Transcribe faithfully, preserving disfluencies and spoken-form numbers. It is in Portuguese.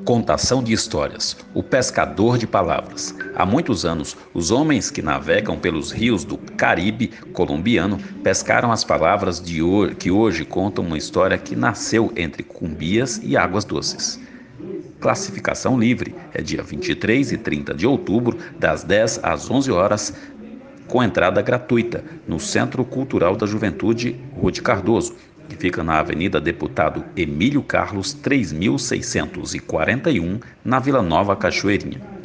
Contação de histórias. O pescador de palavras. Há muitos anos, os homens que navegam pelos rios do Caribe colombiano pescaram as palavras de ho- que hoje contam uma história que nasceu entre Cumbias e Águas Doces. Classificação livre é dia vinte e três e trinta de outubro, das dez às onze horas, com entrada gratuita, no Centro Cultural da Juventude Rude Cardoso, que fica na Avenida Deputado Emílio Carlos três mil seiscentos e quarenta e um, na Vila Nova Cachoeirinha.